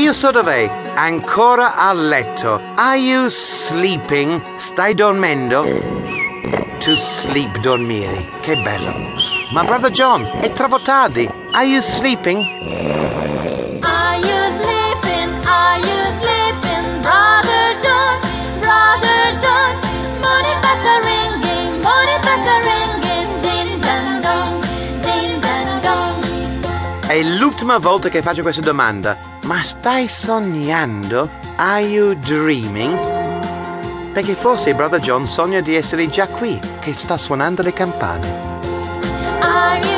so dov'è? Ancora a letto. Are you sleeping? Stai dormendo? To sleep, dormire. Che bello. Ma Brother John, è troppo tardi. Are you sleeping? Are you sleeping? Are you sleeping? Brother John, Brother John. Morning bells are ringing, morning bells are ringing. Ding dang dong, ding dang dong. È l'ultima volta che faccio questa domanda. Ma stai sognando? Are you dreaming? Perché forse Brother John sogna di essere già qui, che sta suonando le campane. Are you